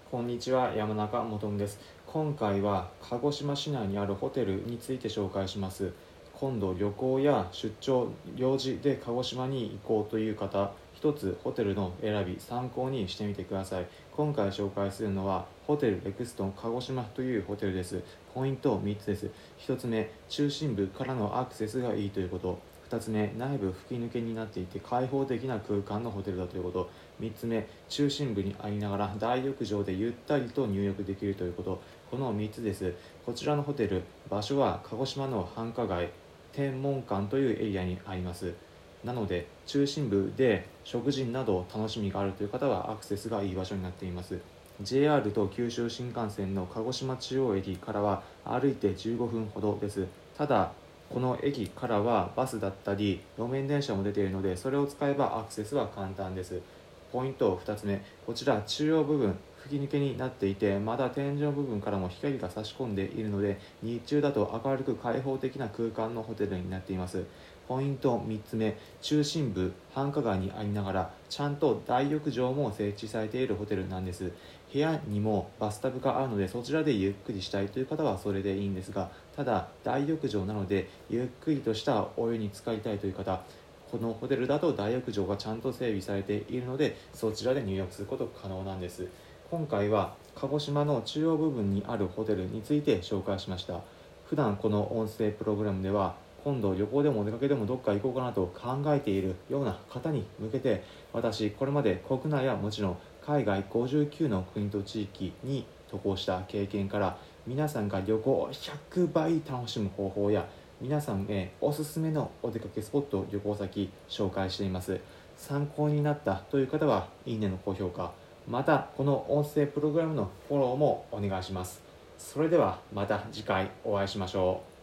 こんにちは、山中もとむです。今回は鹿児島市内にあるホテルについて紹介します。今度旅行や出張、用事で鹿児島に行こうという方、一つホテルの選び参考にしてみてください。今回紹介するのはホテルレクストン鹿児島というホテルです。ポイント3つです。1つ目、中心部からのアクセスがいいということ。2つ目、内部吹き抜けになっていて開放的な空間のホテルだということ。3つ目、中心部にありながら大浴場でゆったりと入浴できるということ。この3つです。こちらのホテル、場所は鹿児島の繁華街、天文館というエリアにあります。なので、中心部で食事など楽しみがあるという方はアクセスがいい場所になっています。JR と九州新幹線の鹿児島中央駅からは歩いて15分ほどです。ただ、この駅からはバスだったり路面電車も出ているので、それを使えばアクセスは簡単です。ポイント2つ目、こちら中央部分吹き抜けになっていて、まだ天井部分からも光が差し込んでいるので、日中だと明るく開放的な空間のホテルになっています。ポイント3つ目、中心部繁華街にありながらちゃんと大浴場も設置されているホテルなんです。部屋にもバスタブがあるので、そちらでゆっくりしたいという方はそれでいいんですが、ただ大浴場なのでゆっくりとしたお湯に浸かりたいという方、このホテルだと大浴場がちゃんと整備されているので、そちらで入浴することが可能なんです。今回は鹿児島の中央部分にあるホテルについて紹介しました。普段この音声プログラムでは、今度旅行でもお出かけでもどっか行こうかなと考えているような方に向けて、私これまで国内はもちろん海外59の国と地域に渡航した経験から、皆さんが旅行を100倍楽しむ方法や皆さんへおすすめのお出かけスポット、旅行先紹介しています。参考になったという方はいいねの高評価、またこの音声プログラムのフォローもお願いします。それではまた次回お会いしましょう。